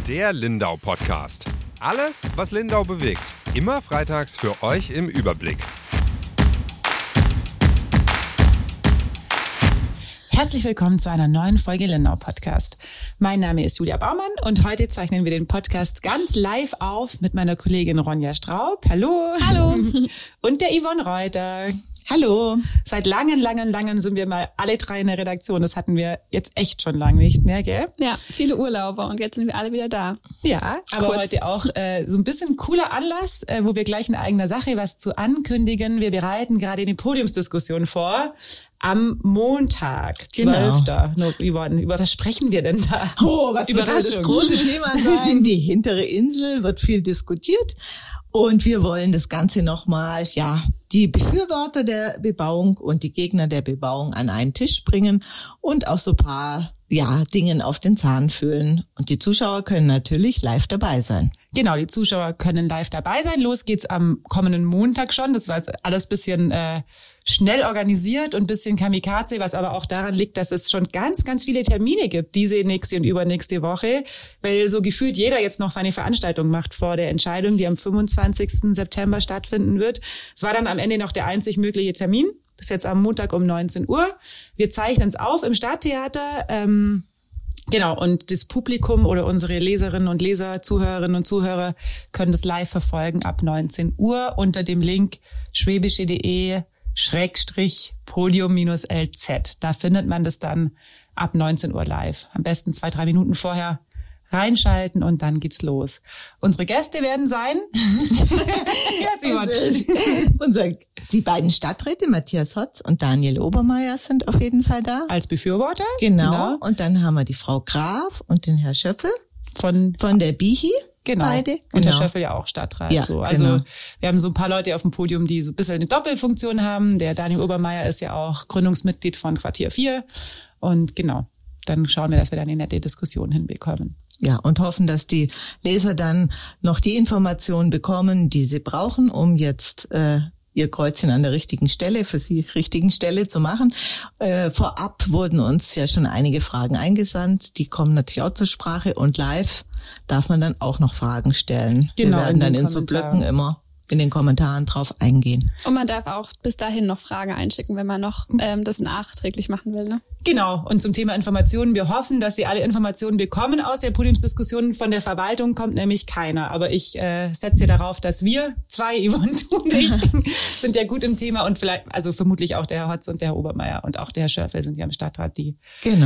Der Lindau-Podcast. Alles, was Lindau bewegt. Immer freitags für euch im Überblick. Herzlich willkommen zu einer neuen Folge Lindau-Podcast. Mein Name ist Julia Baumann und heute zeichnen wir den Podcast ganz live auf mit meiner Kollegin Ronja Straub. Hallo. Hallo. Und der Yvonne Reuter. Hallo. Seit langen sind wir mal alle drei in der Redaktion. Das hatten wir jetzt echt schon lange nicht mehr, gell? Ja, viele Urlaube und jetzt sind wir alle wieder da. Ja, aber heute auch so ein bisschen cooler Anlass, wo wir gleich in eigener Sache was zu ankündigen. Wir bereiten gerade eine Podiumsdiskussion vor. Am Montag, 12. Genau. Yvonne, über was sprechen wir denn da? Was wird das große Thema sein? Die hintere Insel wird viel diskutiert. Und wir wollen das Ganze nochmal, die Befürworter der Bebauung und die Gegner der Bebauung an einen Tisch bringen und auch so ein paar, Dingen auf den Zahn fühlen. Und die Zuschauer können natürlich live dabei sein. Genau, die Zuschauer können live dabei sein. Los geht's am kommenden Montag schon. Das war jetzt alles bisschen schnell organisiert und ein bisschen Kamikaze, was aber auch daran liegt, dass es schon ganz viele Termine gibt, diese nächste und übernächste Woche, weil so gefühlt jeder jetzt noch seine Veranstaltung macht vor der Entscheidung, die am 25. September stattfinden wird. Es war dann am Ende noch der einzig mögliche Termin. Das ist jetzt am Montag um 19 Uhr. Wir zeichnen es auf im Stadttheater. Genau, und das Publikum oder unsere Leserinnen und Leser, Zuhörerinnen und Zuhörer können das live verfolgen ab 19 Uhr unter dem Link schwäbische.de/podium-LZ. Da findet man das dann ab 19 Uhr live. Am besten 2-3 Minuten vorher reinschalten und dann geht's los. Unsere Gäste werden sein Die beiden Stadträte, Matthias Hotz und Daniel Obermeier, sind auf jeden Fall da. Als Befürworter. Genau. Und dann haben wir die Frau Graf und den Herr Schöffel von der BIHI. Genau. Beide. Und genau. der Schöffel ja auch Stadtrat. Ja, so. Also genau. Wir haben so ein paar Leute auf dem Podium, die so ein bisschen eine Doppelfunktion haben. Der Daniel Obermeier ist ja auch Gründungsmitglied von Quartier 4. Und genau, dann schauen wir, dass wir dann eine nette Diskussion hinbekommen. Ja, und hoffen, dass die Leser dann noch die Informationen bekommen, die sie brauchen, um jetzt ihr Kreuzchen an der richtigen Stelle, für sie richtigen Stelle zu machen. Vorab wurden uns ja schon einige Fragen eingesandt. Die kommen natürlich auch zur Sprache und live darf man dann auch noch Fragen stellen. Genau, wir werden dann in so Blöcken immer in den Kommentaren drauf eingehen. Und man darf auch bis dahin noch Fragen einschicken, wenn man noch das nachträglich machen will, ne? Genau. Und zum Thema Informationen. Wir hoffen, dass Sie alle Informationen bekommen aus der Podiumsdiskussion. Von der Verwaltung kommt nämlich keiner. Aber ich setze darauf, dass wir zwei, Yvonne, du und ich, sind ja gut im Thema und vielleicht, also vermutlich auch der Herr Hotz und der Herr Obermeier und auch der Herr Schörfel sind ja im Stadtrat. Die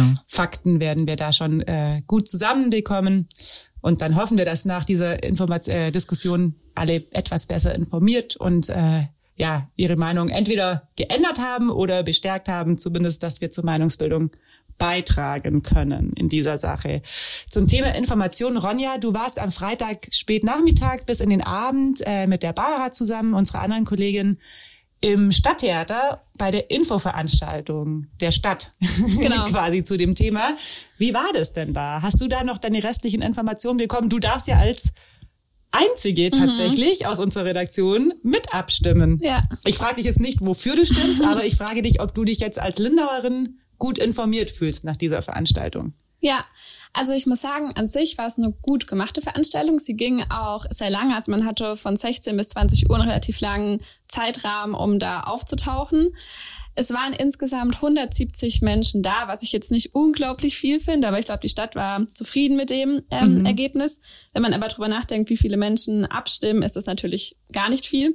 Fakten werden wir da schon gut zusammenbekommen. Und dann hoffen wir, dass nach dieser Diskussion alle etwas besser informiert und ihre Meinung entweder geändert haben oder bestärkt haben, zumindest, dass wir zur Meinungsbildung beitragen können in dieser Sache. Zum Thema Information, Ronja, du warst am Freitag Spätnachmittag bis in den Abend mit der Barbara zusammen, unserer anderen Kollegin, im Stadttheater bei der Infoveranstaltung der Stadt, genau. Quasi zu dem Thema. Wie war das denn da? Hast du da noch deine restlichen Informationen bekommen? Du darfst ja als Einzige tatsächlich aus unserer Redaktion mit abstimmen. Ja. Ich frage dich jetzt nicht, wofür du stimmst, aber ich frage dich, ob du dich jetzt als Lindauerin gut informiert fühlst nach dieser Veranstaltung. Ja, also ich muss sagen, an sich war es eine gut gemachte Veranstaltung. Sie ging auch sehr lange, also man hatte von 16 bis 20 Uhr einen relativ langen Zeitrahmen, um da aufzutauchen. Es waren insgesamt 170 Menschen da, was ich jetzt nicht unglaublich viel finde, aber ich glaube, die Stadt war zufrieden mit dem Ergebnis. Wenn man aber drüber nachdenkt, wie viele Menschen abstimmen, ist das natürlich gar nicht viel.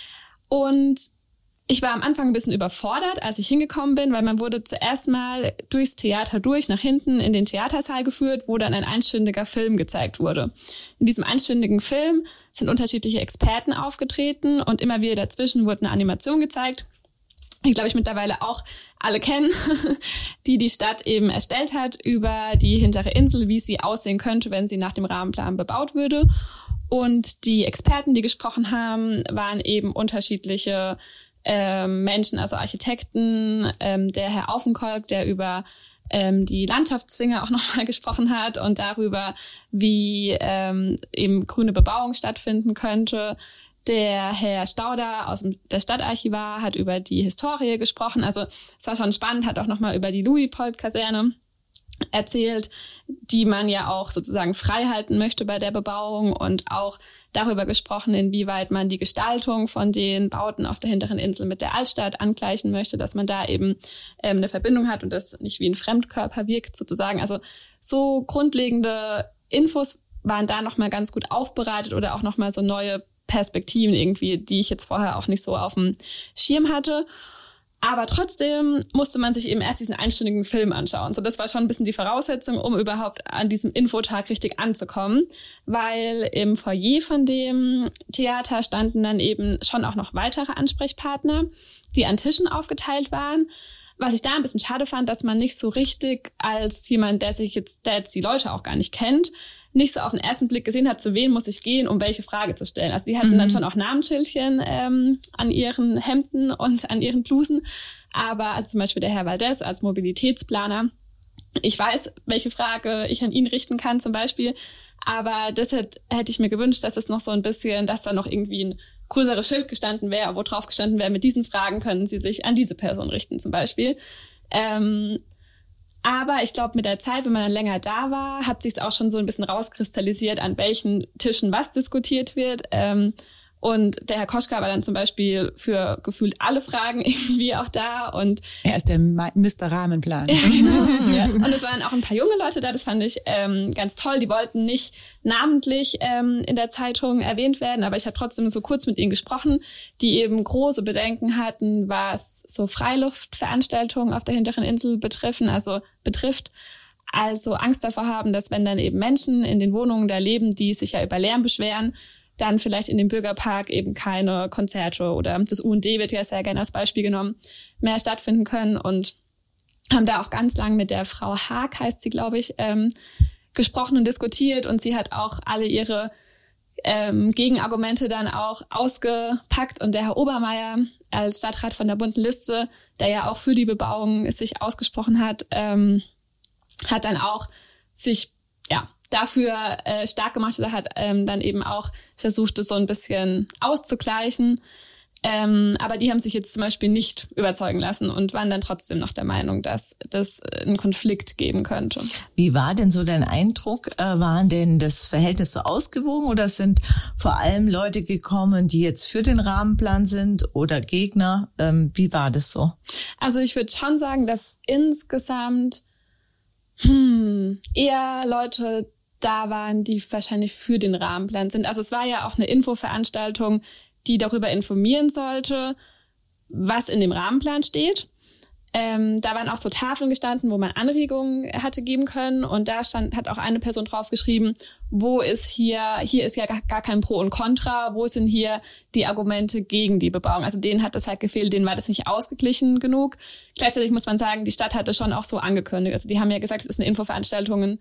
Und ich war am Anfang ein bisschen überfordert, als ich hingekommen bin, weil man wurde zuerst mal durchs Theater nach hinten in den Theatersaal geführt, wo dann ein einstündiger Film gezeigt wurde. In diesem einstündigen Film sind unterschiedliche Experten aufgetreten und immer wieder dazwischen wurde eine Animation gezeigt, die, glaube ich, mittlerweile auch alle kennen, die Stadt eben erstellt hat über die hintere Insel, wie sie aussehen könnte, wenn sie nach dem Rahmenplan bebaut würde. Und die Experten, die gesprochen haben, waren eben unterschiedliche Menschen, also Architekten, der Herr Aufenkolk, der über die Landschaftszwinge auch nochmal gesprochen hat und darüber, wie eben grüne Bebauung stattfinden könnte. Der Herr Stauder der Stadtarchivar hat über die Historie gesprochen. Also es war schon spannend, hat auch nochmal über die Luitpold-Kaserne erzählt, die man ja auch sozusagen frei halten möchte bei der Bebauung und auch darüber gesprochen, inwieweit man die Gestaltung von den Bauten auf der hinteren Insel mit der Altstadt angleichen möchte, dass man da eben eine Verbindung hat und das nicht wie ein Fremdkörper wirkt sozusagen. Also so grundlegende Infos waren da nochmal ganz gut aufbereitet oder auch nochmal so neue Perspektiven irgendwie, die ich jetzt vorher auch nicht so auf dem Schirm hatte. Aber trotzdem musste man sich eben erst diesen einstündigen Film anschauen. So, das war schon ein bisschen die Voraussetzung, um überhaupt an diesem Infotag richtig anzukommen. Weil im Foyer von dem Theater standen dann eben schon auch noch weitere Ansprechpartner, die an Tischen aufgeteilt waren. Was ich da ein bisschen schade fand, dass man nicht so richtig als jemand, der jetzt die Leute auch gar nicht kennt, nicht so auf den ersten Blick gesehen hat, zu wem muss ich gehen, um welche Frage zu stellen. Also die hatten dann schon auch Namensschildchen an ihren Hemden und an ihren Blusen. Aber also zum Beispiel der Herr Valdez als Mobilitätsplaner, ich weiß, welche Frage ich an ihn richten kann zum Beispiel. Aber deshalb hätte ich mir gewünscht, dass es noch so ein bisschen, dass da noch irgendwie ein größeres Schild gestanden wäre, wo drauf gestanden wäre, mit diesen Fragen können Sie sich an diese Person richten zum Beispiel. Aber ich glaube, mit der Zeit, wenn man dann länger da war, hat sich es auch schon so ein bisschen rauskristallisiert, an welchen Tischen was diskutiert wird. Und der Herr Koschka war dann zum Beispiel für gefühlt alle Fragen irgendwie auch da. Und er ist der Mr. Rahmenplan. Ja, genau. Ja. Und es waren auch ein paar junge Leute da, das fand ich ganz toll. Die wollten nicht namentlich in der Zeitung erwähnt werden, aber ich habe trotzdem so kurz mit ihnen gesprochen, die eben große Bedenken hatten, was so Freiluftveranstaltungen auf der hinteren Insel betrifft. Also Angst davor haben, dass wenn dann eben Menschen in den Wohnungen da leben, die sich ja über Lärm beschweren, dann vielleicht in dem Bürgerpark eben keine Konzerte oder das UND wird ja sehr gerne als Beispiel genommen, mehr stattfinden können und haben da auch ganz lang mit der Frau Haag, heißt sie, glaube ich, gesprochen und diskutiert und sie hat auch alle ihre Gegenargumente dann auch ausgepackt und der Herr Obermeier als Stadtrat von der Bunten Liste, der ja auch für die Bebauung sich ausgesprochen hat, hat dann auch sich dafür stark gemacht oder hat dann eben auch versucht, das so ein bisschen auszugleichen. Aber die haben sich jetzt zum Beispiel nicht überzeugen lassen und waren dann trotzdem noch der Meinung, dass das einen Konflikt geben könnte. Wie war denn so dein Eindruck? Waren denn das Verhältnis so ausgewogen oder sind vor allem Leute gekommen, die jetzt für den Rahmenplan sind oder Gegner? Wie war das so? Also ich würde schon sagen, dass insgesamt eher Leute da waren, die wahrscheinlich für den Rahmenplan sind. Also es war ja auch eine Infoveranstaltung, die darüber informieren sollte, was in dem Rahmenplan steht. Da waren auch so Tafeln gestanden, wo man Anregungen hätte geben können. Und da hat auch eine Person draufgeschrieben, wo ist hier ist ja gar kein Pro und Contra, wo sind hier die Argumente gegen die Bebauung? Also denen hat das halt gefehlt, denen war das nicht ausgeglichen genug. Gleichzeitig muss man sagen, die Stadt hatte schon auch so angekündigt. Also die haben ja gesagt, es ist eine Infoveranstaltung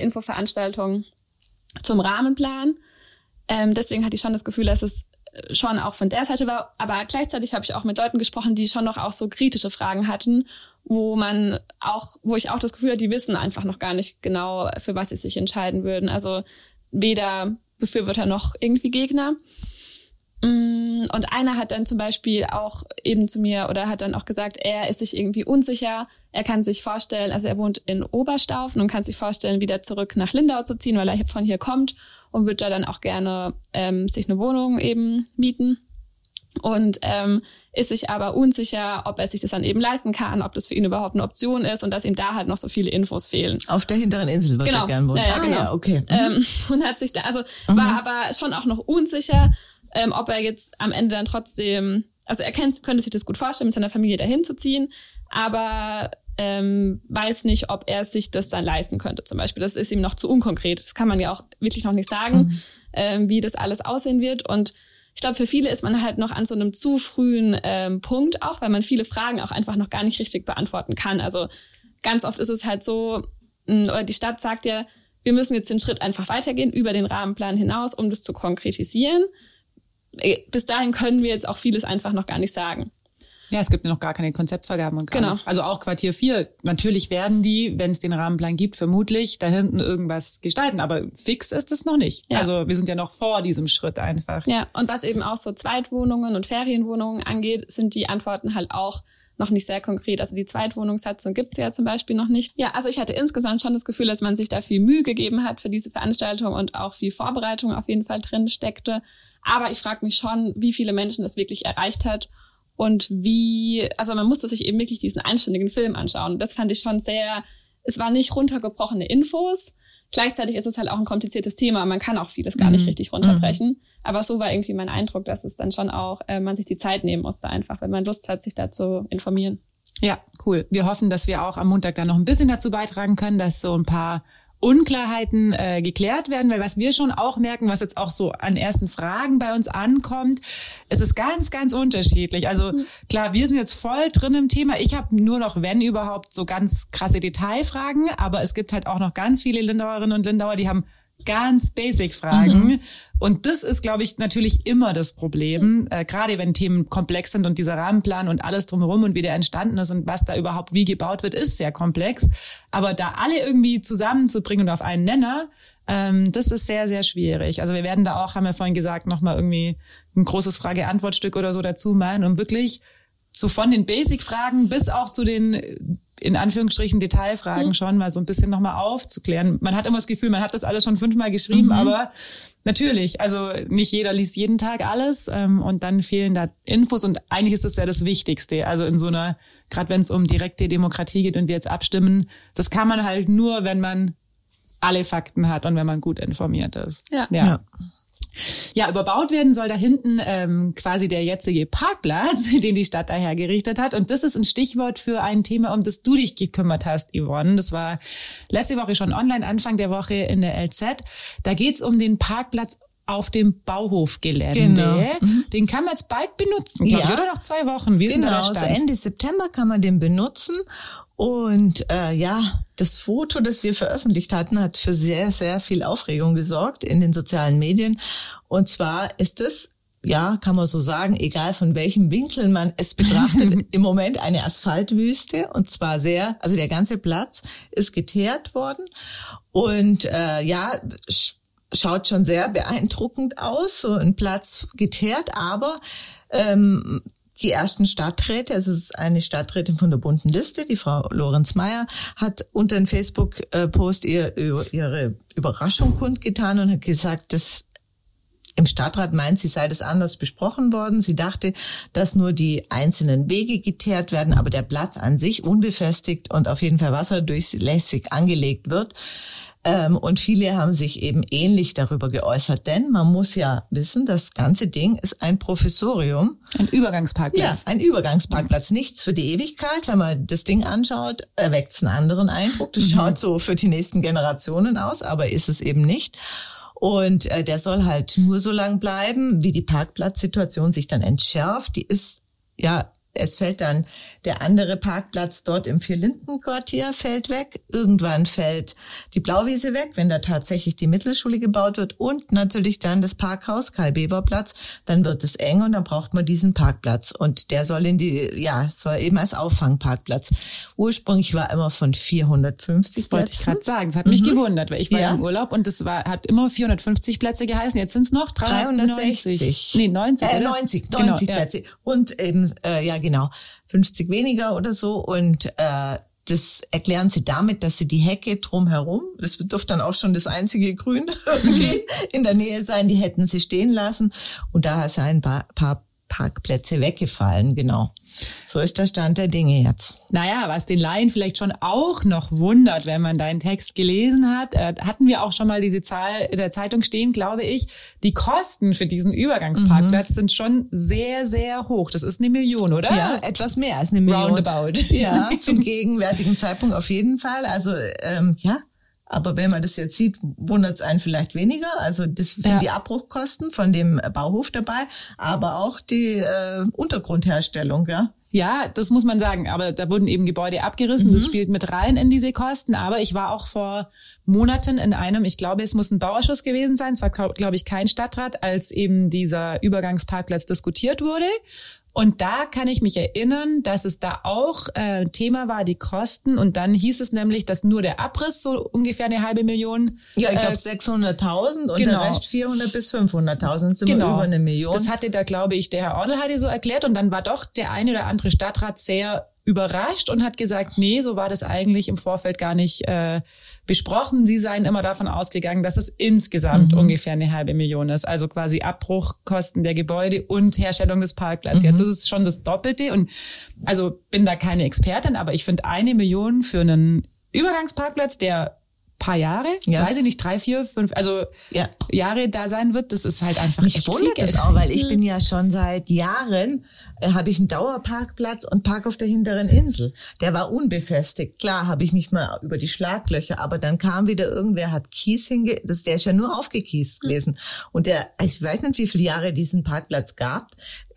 zum Rahmenplan. Deswegen hatte ich schon das Gefühl, dass es schon auch von der Seite war, aber gleichzeitig habe ich auch mit Leuten gesprochen, die schon noch auch so kritische Fragen hatten, wo ich auch das Gefühl hatte, die wissen einfach noch gar nicht genau, für was sie sich entscheiden würden. Also weder Befürworter noch irgendwie Gegner. Und einer hat dann zum Beispiel auch eben zu mir oder hat dann auch gesagt, er ist sich irgendwie unsicher. Er kann sich vorstellen, also er wohnt in Oberstaufen und kann sich vorstellen, wieder zurück nach Lindau zu ziehen, weil er von hier kommt und würde da dann auch gerne sich eine Wohnung eben mieten. Und ist sich aber unsicher, ob er sich das dann eben leisten kann, ob das für ihn überhaupt eine Option ist und dass ihm da halt noch so viele Infos fehlen. Auf der hinteren Insel wird er gern wohnen. Ja, genau. Ja, okay. Und hat sich da, war aber schon auch noch unsicher, ob er jetzt am Ende dann trotzdem, also er könnte sich das gut vorstellen, mit seiner Familie dahin zu ziehen, aber weiß nicht, ob er sich das dann leisten könnte zum Beispiel. Das ist ihm noch zu unkonkret. Das kann man ja auch wirklich noch nicht sagen, wie das alles aussehen wird. Und ich glaube, für viele ist man halt noch an so einem zu frühen Punkt auch, weil man viele Fragen auch einfach noch gar nicht richtig beantworten kann. Also ganz oft ist es halt so, oder die Stadt sagt ja, wir müssen jetzt den Schritt einfach weitergehen über den Rahmenplan hinaus, um das zu konkretisieren. Bis dahin können wir jetzt auch vieles einfach noch gar nicht sagen. Ja, es gibt noch gar keine Konzeptvergaben und gar Genau. nicht. Also auch Quartier 4, natürlich werden die, wenn es den Rahmenplan gibt, vermutlich da hinten irgendwas gestalten, aber fix ist es noch nicht. Ja. Also wir sind ja noch vor diesem Schritt einfach. Ja, und was eben auch so Zweitwohnungen und Ferienwohnungen angeht, sind die Antworten halt auch noch nicht sehr konkret. Also die Zweitwohnungssatzung gibt's ja zum Beispiel noch nicht. Ja, also ich hatte insgesamt schon das Gefühl, dass man sich da viel Mühe gegeben hat für diese Veranstaltung und auch viel Vorbereitung auf jeden Fall drin steckte. Aber ich frage mich schon, wie viele Menschen das wirklich erreicht hat und also man musste sich eben wirklich diesen einstündigen Film anschauen. Das fand ich schon es waren nicht runtergebrochene Infos. Gleichzeitig ist es halt auch ein kompliziertes Thema. Man kann auch vieles gar nicht richtig runterbrechen. Aber so war irgendwie mein Eindruck, dass es dann schon auch, man sich die Zeit nehmen musste einfach, wenn man Lust hat, sich da zu informieren. Ja, cool. Wir hoffen, dass wir auch am Montag dann noch ein bisschen dazu beitragen können, dass so ein paar Unklarheiten geklärt werden, weil was wir schon auch merken, was jetzt auch so an ersten Fragen bei uns ankommt, es ist ganz, ganz unterschiedlich. Also klar, wir sind jetzt voll drin im Thema. Ich habe nur noch, wenn überhaupt, so ganz krasse Detailfragen, aber es gibt halt auch noch ganz viele Lindauerinnen und Lindauer, die haben ganz basic Fragen. Und das ist, glaube ich, natürlich immer das Problem, gerade wenn Themen komplex sind und dieser Rahmenplan und alles drumherum und wie der entstanden ist und was da überhaupt wie gebaut wird, ist sehr komplex. Aber da alle irgendwie zusammenzubringen und auf einen Nenner, das ist sehr, sehr schwierig. Also wir werden da auch, haben wir vorhin gesagt, nochmal irgendwie ein großes Frage-Antwort-Stück oder so dazu machen, um wirklich so von den Basic-Fragen bis auch zu den in Anführungsstrichen Detailfragen schon mal so ein bisschen nochmal aufzuklären. Man hat immer das Gefühl, man hat das alles schon 5-mal geschrieben, aber natürlich, also nicht jeder liest jeden Tag alles und dann fehlen da Infos und eigentlich ist das ja das Wichtigste. Also in so einer, gerade wenn es um direkte Demokratie geht und wir jetzt abstimmen, das kann man halt nur, wenn man alle Fakten hat und wenn man gut informiert ist. Ja. Ja, überbaut werden soll da hinten quasi der jetzige Parkplatz, den die Stadt da hergerichtet hat. Und das ist ein Stichwort für ein Thema, um das du dich gekümmert hast, Yvonne. Das war letzte Woche schon online, Anfang der Woche in der LZ. Da geht's um den Parkplatz auf dem Bauhofgelände. Genau. Den kann man jetzt bald benutzen, glaube ich, oder noch 2 Wochen. Wie ist denn da der Stand? Also Ende September kann man den benutzen. Und das Foto, das wir veröffentlicht hatten, hat für sehr, sehr viel Aufregung gesorgt in den sozialen Medien. Und zwar ist es, ja, kann man so sagen, egal von welchem Winkel man es betrachtet, im Moment eine Asphaltwüste. Und zwar also der ganze Platz ist geteert worden. Und schaut schon sehr beeindruckend aus, so ein Platz geteert, aber die ersten Stadträte, also es ist eine Stadträtin von der Bunten Liste, die Frau Lorenz Meyer, hat unter einem Facebook-Post ihre Überraschung kundgetan und hat gesagt, dass im Stadtrat meint, sie sei das anders besprochen worden. Sie dachte, dass nur die einzelnen Wege geteert werden, aber der Platz an sich unbefestigt und auf jeden Fall wasserdurchlässig angelegt wird. Und viele haben sich eben ähnlich darüber geäußert, denn man muss ja wissen, das ganze Ding ist ein Provisorium. Ein Übergangsparkplatz. Ja, ein Übergangsparkplatz. Nichts für die Ewigkeit. Wenn man das Ding anschaut, erweckt es einen anderen Eindruck. Das schaut so für die nächsten Generationen aus, aber ist es eben nicht. Und der soll halt nur so lang bleiben, wie die Parkplatzsituation sich dann entschärft. Die ist, es fällt dann der andere Parkplatz dort im Vier-Linden-Quartier fällt weg. Irgendwann fällt die Blauwiese weg, wenn da tatsächlich die Mittelschule gebaut wird. Und natürlich dann das Parkhaus, Karl-Beber-Platz. Dann wird es eng und dann braucht man diesen Parkplatz. Und der soll soll eben als Auffangparkplatz. Ursprünglich war immer von 450 Das wollte ich gerade sagen. Das hat mich gewundert, weil ich war im Urlaub und hat immer 450 Plätze geheißen. Jetzt sind es noch 360. Nee, 90, oder? 90 genau, Plätze. Und eben, genau, 50 weniger oder so. Und das erklären sie damit, dass sie die Hecke drumherum, das dürfte dann auch schon das einzige Grün irgendwie in der Nähe sein, die hätten sie stehen lassen. Und da sind ein paar Parkplätze weggefallen, genau. So ist der Stand der Dinge jetzt. Naja, was den Laien vielleicht schon auch noch wundert, wenn man deinen Text gelesen hat, hatten wir auch schon mal diese Zahl in der Zeitung stehen, glaube ich. Die Kosten für diesen Übergangsparkplatz sind schon sehr, sehr hoch. Das ist 1 Million, oder? Ja, etwas mehr als 1 Million. Roundabout. Ja, zum gegenwärtigen Zeitpunkt auf jeden Fall. Also, aber wenn man das jetzt sieht, wundert es einen vielleicht weniger. Also das sind die Abbruchkosten von dem Bauhof dabei, aber auch die Untergrundherstellung, ja. Ja, das muss man sagen. Aber da wurden eben Gebäude abgerissen. Das spielt mit rein in diese Kosten. Aber ich war auch vor Monaten in einem, ich glaube, es muss ein Bauausschuss gewesen sein. Es war, glaube ich, kein Stadtrat, als eben dieser Übergangsparkplatz diskutiert wurde. Und da kann ich mich erinnern, dass es da auch Thema war, die Kosten. Und dann hieß es nämlich, dass nur der Abriss so ungefähr 500.000. Ja, ich glaube 600.000 und genau. der Rest 400.000 bis 500.000. Sind wir über 1 Million. Das hatte da, glaube ich, der Herr Ordelheide so erklärt. Und dann war doch der eine oder andere Stadtrat sehr überrascht und hat gesagt, nee, so war das eigentlich im Vorfeld gar nicht besprochen. Sie seien immer davon ausgegangen, dass es insgesamt ungefähr 500.000 ist. Also quasi Abbruchkosten der Gebäude und Herstellung des Parkplatzes. Jetzt ist es schon das Doppelte. Und also bin da keine Expertin, aber ich finde 1 Million für einen Übergangsparkplatz, der paar Jahre, weiß ich nicht, 3, 4, 5, also Jahre da sein wird, das ist halt einfach Mich wundert das auch, weil ich bin ja schon seit Jahren, habe ich einen Dauerparkplatz und park auf der hinteren Insel. Der war unbefestigt. Klar, habe ich mich mal über die Schlaglöcher, aber dann kam wieder irgendwer, hat Kies der ist ja nur aufgekiest gewesen. Und ich weiß nicht, wie viele Jahre diesen Parkplatz gab.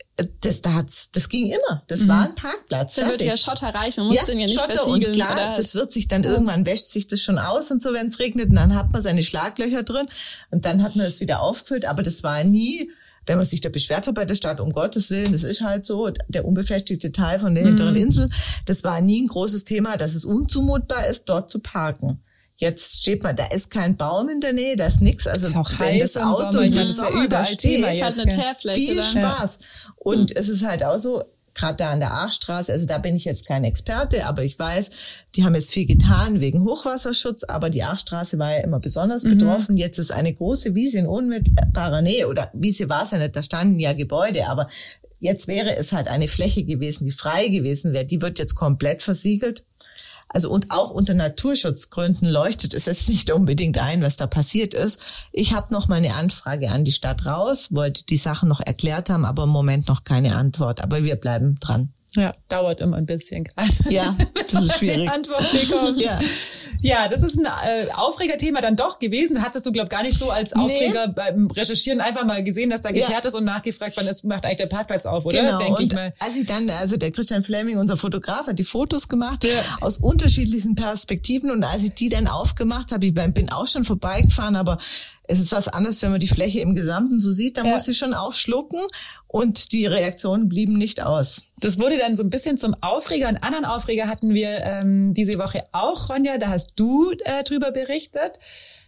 Das ging immer. Das war ein Parkplatz. Der wird ja schotterreich, man muss den ja nicht Schotter versiegeln. Und klar, das wird sich dann irgendwann, wäscht sich das schon aus und so, wenn es regnet. Und dann hat man seine Schlaglöcher drin und dann hat man es wieder aufgefüllt. Aber das war nie, wenn man sich da beschwert hat bei der Stadt, um Gottes Willen, das ist halt so, der unbefestigte Teil von der hinteren Insel, das war nie ein großes Thema, dass es unzumutbar ist, dort zu parken. Jetzt steht man, da ist kein Baum in der Nähe, da ist nichts. Also ist auch wenn das Auto im im Sommer, Sommer da steht, ist halt eine Teerfläche. Viel Spaß. Und es ist halt auch so, gerade da an der Aachstraße, also da bin ich jetzt kein Experte, aber ich weiß, die haben jetzt viel getan wegen Hochwasserschutz, aber die Aachstraße war ja immer besonders betroffen. Jetzt ist eine große Wiese in unmittelbarer Nähe, oder Wiese war es ja nicht, da standen ja Gebäude, aber jetzt wäre es halt eine Fläche gewesen, die frei gewesen wäre. Die wird jetzt komplett versiegelt. Also und auch unter Naturschutzgründen leuchtet es jetzt nicht unbedingt ein, was da passiert ist. Ich habe noch mal eine Anfrage an die Stadt raus, wollte die Sachen noch erklärt haben, aber im Moment noch keine Antwort. Aber wir bleiben dran. Ja, dauert immer ein bisschen gerade. Ja, das ist schwierig. Antwort bekommen. Ja, das ist ein Aufregerthema dann doch gewesen. Hattest du, gar nicht so als Aufreger beim Recherchieren einfach mal gesehen, dass da geteert ist und nachgefragt, wann es macht eigentlich der Parkplatz auf, oder? Genau. Denke ich mal. Also der Christian Fleming, unser Fotograf, hat die Fotos gemacht aus unterschiedlichen Perspektiven und als ich die dann aufgemacht habe, ich bin auch schon vorbeigefahren, aber es ist was anderes, wenn man die Fläche im Gesamten so sieht, dann muss sie schon auch schlucken und die Reaktionen blieben nicht aus. Das wurde dann so ein bisschen zum Aufreger. Einen anderen Aufreger hatten wir diese Woche auch, Ronja, da hast du drüber berichtet.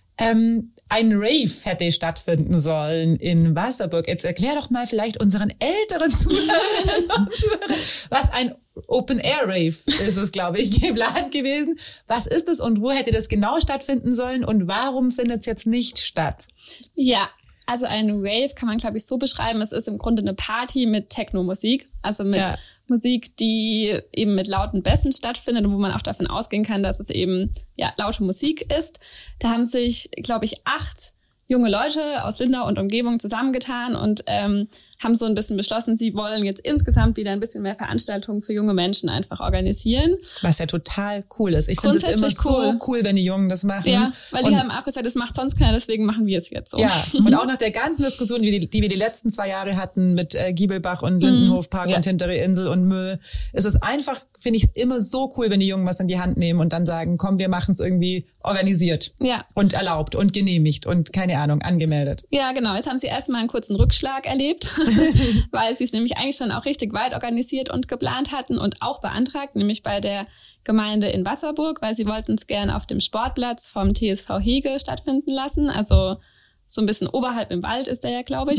Ein Rave hätte stattfinden sollen in Wasserburg. Jetzt erklär doch mal vielleicht unseren älteren Zuhörerinnen und Zuhörern, was ein Open-Air-Rave ist es, glaube ich, geplant gewesen. Was ist es und wo hätte das genau stattfinden sollen und warum findet es jetzt nicht statt? Ja, also ein Rave kann man, glaube ich, so beschreiben. Es ist im Grunde eine Party mit Techno-Musik, also mit Musik, die eben mit lauten Bässen stattfindet und wo man auch davon ausgehen kann, dass es eben laute Musik ist. Da haben sich, glaube ich, 8 junge Leute aus Lindau und Umgebung zusammengetan und haben so ein bisschen beschlossen, sie wollen jetzt insgesamt wieder ein bisschen mehr Veranstaltungen für junge Menschen einfach organisieren. Was ja total cool ist. Ich finde es immer so cool, wenn die Jungen das machen. Ja, weil die haben auch gesagt, das macht sonst keiner, deswegen machen wir es jetzt so. Ja, und auch nach der ganzen Diskussion, die wir die letzten 2 Jahre hatten mit Giebelbach und Lindenhofpark und Hintere Insel und Müll, ist es einfach, finde ich, immer so cool, wenn die Jungen was in die Hand nehmen und dann sagen, komm, wir machen es irgendwie organisiert und erlaubt und genehmigt und keine Ahnung, angemeldet. Ja, genau. Jetzt haben sie erstmal einen kurzen Rückschlag erlebt, weil sie es nämlich eigentlich schon auch richtig weit organisiert und geplant hatten und auch beantragt, nämlich bei der Gemeinde in Wasserburg, weil sie wollten es gern auf dem Sportplatz vom TSV Hege stattfinden lassen, also so ein bisschen oberhalb im Wald ist der ja, glaube ich.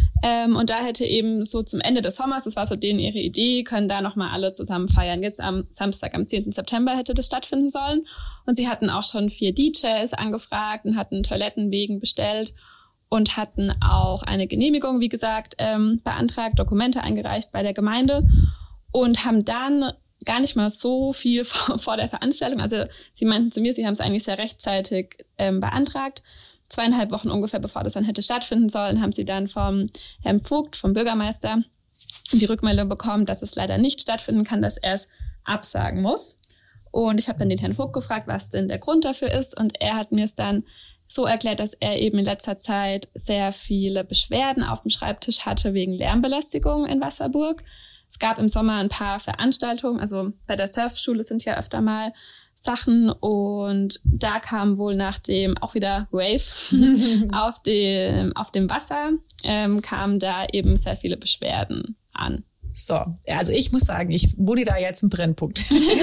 Und da hätte eben so zum Ende des Sommers, das war so denen ihre Idee, können da nochmal alle zusammen feiern. Jetzt am Samstag, am 10. September hätte das stattfinden sollen. Und sie hatten auch schon 4 DJs angefragt und hatten Toilettenwegen bestellt und hatten auch eine Genehmigung, wie gesagt, beantragt, Dokumente eingereicht bei der Gemeinde und haben dann gar nicht mal so viel vor der Veranstaltung. Also sie meinten zu mir, sie haben es eigentlich sehr rechtzeitig beantragt. 2,5 Wochen ungefähr, bevor das dann hätte stattfinden sollen, haben sie dann vom Herrn Vogt, vom Bürgermeister, die Rückmeldung bekommen, dass es leider nicht stattfinden kann, dass er es absagen muss. Und ich habe dann den Herrn Vogt gefragt, was denn der Grund dafür ist. Und er hat mir es dann so erklärt, dass er eben in letzter Zeit sehr viele Beschwerden auf dem Schreibtisch hatte wegen Lärmbelästigung in Wasserburg. Es gab im Sommer ein paar Veranstaltungen, also bei der Surfschule sind ja öfter mal Sachen und da kam wohl nach dem, auch wieder Rave, auf dem Wasser, kamen da eben sehr viele Beschwerden an. So, also ich muss sagen, ich wurde da jetzt ein Brennpunkt.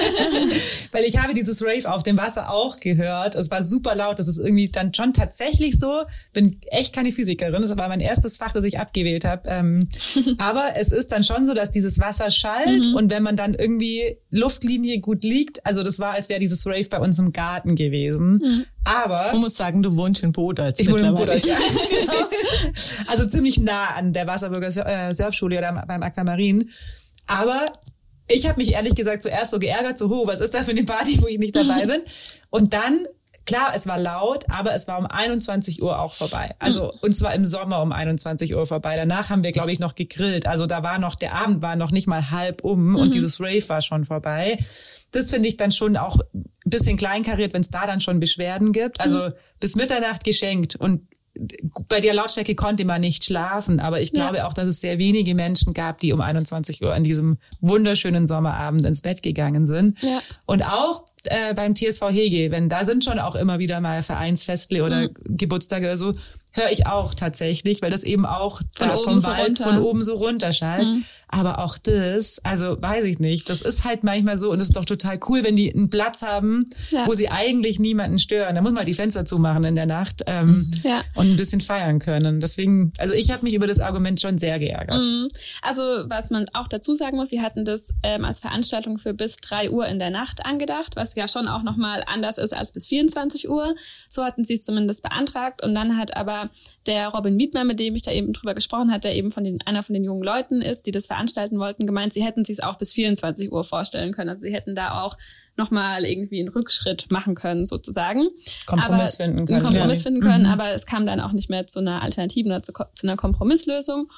Weil ich habe dieses Rave auf dem Wasser auch gehört. Es war super laut. Das ist irgendwie dann schon tatsächlich so. Bin echt keine Physikerin. Das war mein erstes Fach, das ich abgewählt habe. Aber es ist dann schon so, dass dieses Wasser schallt. Und wenn man dann irgendwie Luftlinie gut liegt, also das war, als wäre dieses Rave bei uns im Garten gewesen. Aber man muss sagen, du wohnst in Bodolz. Ich wohne in Bodolz, ja. Genau. Also ziemlich nah an der Wasserburger Surfschule oder beim Aquamarin. Aber ich habe mich ehrlich gesagt zuerst so geärgert, so, was ist da für eine Party, wo ich nicht dabei bin? Und dann, klar, es war laut, aber es war um 21 Uhr auch vorbei. Also, und zwar im Sommer um 21 Uhr vorbei. Danach haben wir, glaube ich, noch gegrillt. Also der Abend war noch nicht mal halb und dieses Rave war schon vorbei. Das finde ich dann schon auch ein bisschen kleinkariert, wenn es da dann schon Beschwerden gibt. Also bis Mitternacht geschenkt und bei der Lautstärke konnte man nicht schlafen, aber ich glaube auch, dass es sehr wenige Menschen gab, die um 21 Uhr an diesem wunderschönen Sommerabend ins Bett gegangen sind. Ja. Und auch beim TSV Hege, da sind schon auch immer wieder mal Vereinsfestle oder Geburtstage oder so, höre ich auch tatsächlich, weil das eben auch da vom Wald von oben so runterschallt. Aber auch das, also weiß ich nicht, das ist halt manchmal so und es ist doch total cool, wenn die einen Platz haben, wo sie eigentlich niemanden stören. Da muss man halt die Fenster zumachen in der Nacht und ein bisschen feiern können. Deswegen, also ich habe mich über das Argument schon sehr geärgert. Also was man auch dazu sagen muss, sie hatten das als Veranstaltung für bis 3 Uhr in der Nacht angedacht, was ja schon auch nochmal anders ist als bis 24 Uhr. So hatten sie es zumindest beantragt und dann hat aber der Robin Wiedmer, mit dem ich da eben drüber gesprochen habe, der eben einer von den jungen Leuten ist, die das veranstalten wollten, gemeint, sie hätten sich es auch bis 24 Uhr vorstellen können. Also sie hätten da auch nochmal irgendwie einen Rückschritt machen können, sozusagen. Kompromiss finden können, aber es kam dann auch nicht mehr zu einer Alternative oder zu einer Kompromisslösung.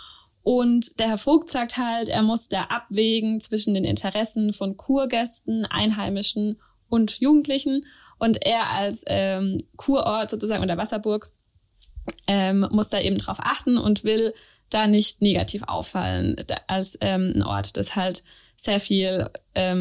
Und der Herr Vogt sagt halt, er muss da abwägen zwischen den Interessen von Kurgästen, Einheimischen und Jugendlichen. Und er als Kurort sozusagen oder Wasserburg muss da eben drauf achten und will da nicht negativ auffallen als ein Ort, das halt sehr viel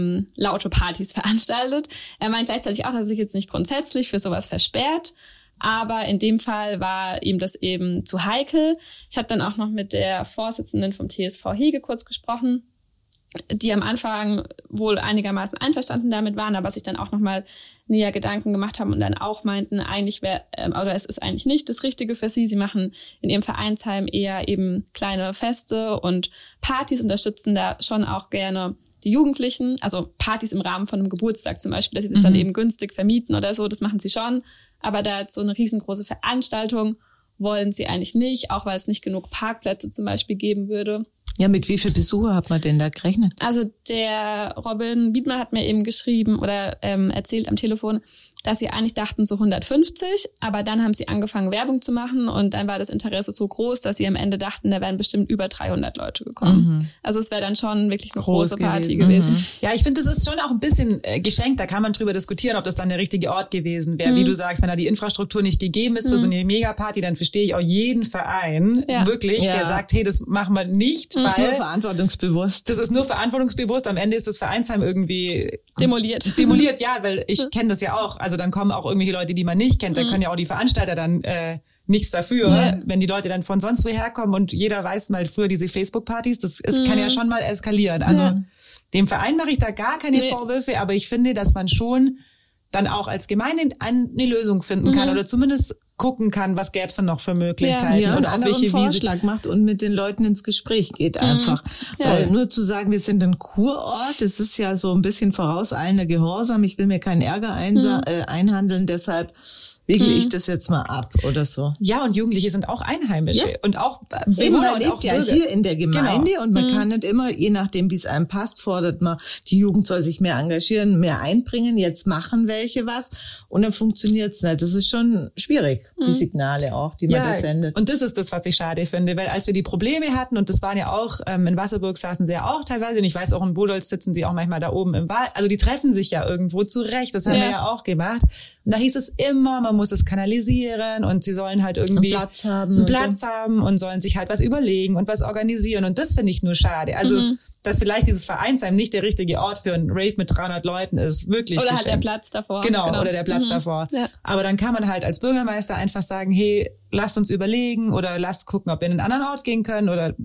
laute Partys veranstaltet. Er meint gleichzeitig auch, dass er sich jetzt nicht grundsätzlich für sowas versperrt, aber in dem Fall war ihm das eben zu heikel. Ich habe dann auch noch mit der Vorsitzenden vom TSV Hege kurz gesprochen, die am Anfang wohl einigermaßen einverstanden damit waren, aber sich dann auch nochmal näher Gedanken gemacht haben und dann auch meinten, eigentlich es ist eigentlich nicht das Richtige für sie. Sie machen in ihrem Vereinsheim eher eben kleine Feste und Partys, unterstützen da schon auch gerne die Jugendlichen, also Partys im Rahmen von einem Geburtstag zum Beispiel, dass sie das dann eben günstig vermieten oder so, das machen sie schon, aber da so eine riesengroße Veranstaltung wollen sie eigentlich nicht, auch weil es nicht genug Parkplätze zum Beispiel geben würde. Ja, mit wie viel Besucher hat man denn da gerechnet? Also der Robin Wiedmer hat mir eben geschrieben oder erzählt am Telefon, dass sie eigentlich dachten so 150, aber dann haben sie angefangen Werbung zu machen und dann war das Interesse so groß, dass sie am Ende dachten, da wären bestimmt über 300 Leute gekommen. Also es wäre dann schon wirklich eine große Party gewesen. Ja, ich finde, das ist schon auch ein bisschen geschenkt. Da kann man drüber diskutieren, ob das dann der richtige Ort gewesen wäre. Wie du sagst, wenn da die Infrastruktur nicht gegeben ist für so eine Megaparty, dann verstehe ich auch jeden Verein wirklich, der sagt, hey, das machen wir nicht. Das ist nur verantwortungsbewusst. Das ist nur verantwortungsbewusst. Am Ende ist das Vereinsheim irgendwie demoliert, ja, weil ich kenne das ja auch. Also dann kommen auch irgendwelche Leute, die man nicht kennt. Da können ja auch die Veranstalter dann nichts dafür, wenn die Leute dann von sonst woher kommen und jeder weiß mal früher diese Facebook-Partys, das kann ja schon mal eskalieren. Also dem Verein mache ich da gar keine Vorwürfe, aber ich finde, dass man schon dann auch als Gemeinde eine Lösung finden kann oder zumindest gucken kann, was gäbe es denn noch für Möglichkeiten und auch welche Vorschlag macht und mit den Leuten ins Gespräch geht einfach. Weil nur zu sagen, wir sind ein Kurort, das ist ja so ein bisschen vorauseilender Gehorsam, ich will mir keinen Ärger einhandeln, deshalb wickel ich das jetzt mal ab oder so. Ja, und Jugendliche sind auch Einheimische und auch Bewohner man lebt ja hier in der Gemeinde und man kann nicht immer, je nachdem wie es einem passt, fordert man, die Jugend soll sich mehr engagieren, mehr einbringen, jetzt machen welche was und dann funktioniert's nicht. Das ist schon schwierig. Die Signale auch, die man da sendet. Und das ist das, was ich schade finde, weil als wir die Probleme hatten, und das waren ja auch, in Wasserburg saßen sie ja auch teilweise, und ich weiß auch in Bodolz sitzen sie auch manchmal da oben im Wald, also die treffen sich ja irgendwo zurecht, das haben wir ja auch gemacht. Und da hieß es immer, man muss es kanalisieren und sie sollen halt irgendwie einen Platz haben und sollen sich halt was überlegen und was organisieren und das finde ich nur schade. Also dass vielleicht dieses Vereinsheim nicht der richtige Ort für einen Rave mit 300 Leuten ist, wirklich oder geschenkt. halt der Platz davor. Genau, oder der Platz davor. Ja. Aber dann kann man halt als Bürgermeister einfach sagen, hey, lasst uns überlegen oder lasst gucken, ob wir in einen anderen Ort gehen können oder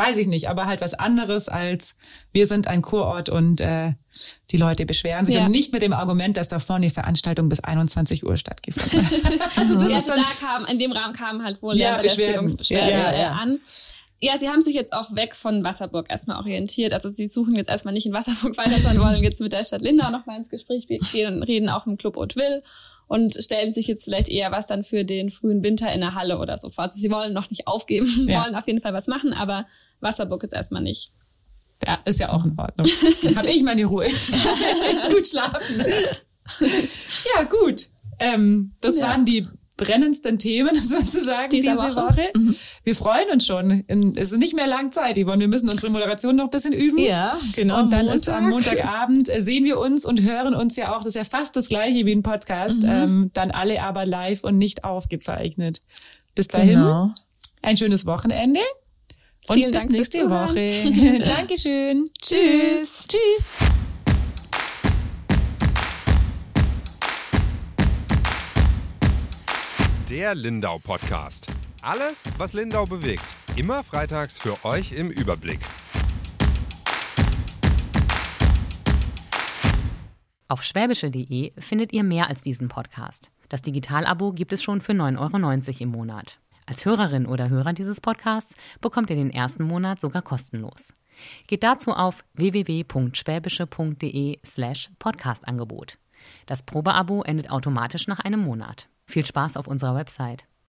weiß ich nicht, aber halt was anderes als wir sind ein Kurort und die Leute beschweren sich und nicht mit dem Argument, dass davor eine Veranstaltung bis 21 Uhr stattgefunden hat. Also in dem Rahmen kamen halt wohl Belästigungsbeschwerden an. Ja, sie haben sich jetzt auch weg von Wasserburg erstmal orientiert. Also sie suchen jetzt erstmal nicht in Wasserburg weiter, sondern wollen jetzt mit der Stadt Lindau nochmal ins Gespräch gehen und reden auch im Club Hauteville und stellen sich jetzt vielleicht eher was dann für den frühen Winter in der Halle oder so vor. Also sie wollen noch nicht aufgeben, wollen auf jeden Fall was machen, aber Wasserburg jetzt erstmal nicht. Ja, ist ja auch in Ordnung. Dann habe ich meine Ruhe. Gut schlafen. Ja, gut. Das waren die brennendsten Themen sozusagen diese Woche. Wir freuen uns schon. Es ist nicht mehr lang Zeit, Yvonne. Wir müssen unsere Moderation noch ein bisschen üben. Ja, genau. Und dann ist am Montagabend sehen wir uns und hören uns ja auch. Das ist ja fast das Gleiche wie ein Podcast. Dann alle aber live und nicht aufgezeichnet. Bis dahin ein schönes Wochenende. Und Vielen bis Dank nächste Woche. Dankeschön. Tschüss. Tschüss. Der Lindau-Podcast. Alles, was Lindau bewegt. Immer freitags für euch im Überblick. Auf schwäbische.de findet ihr mehr als diesen Podcast. Das Digital-Abo gibt es schon für 9,90 € im Monat. Als Hörerin oder Hörer dieses Podcasts bekommt ihr den ersten Monat sogar kostenlos. Geht dazu auf www.schwäbische.de/Podcastangebot. Das Probeabo endet automatisch nach einem Monat. Viel Spaß auf unserer Website.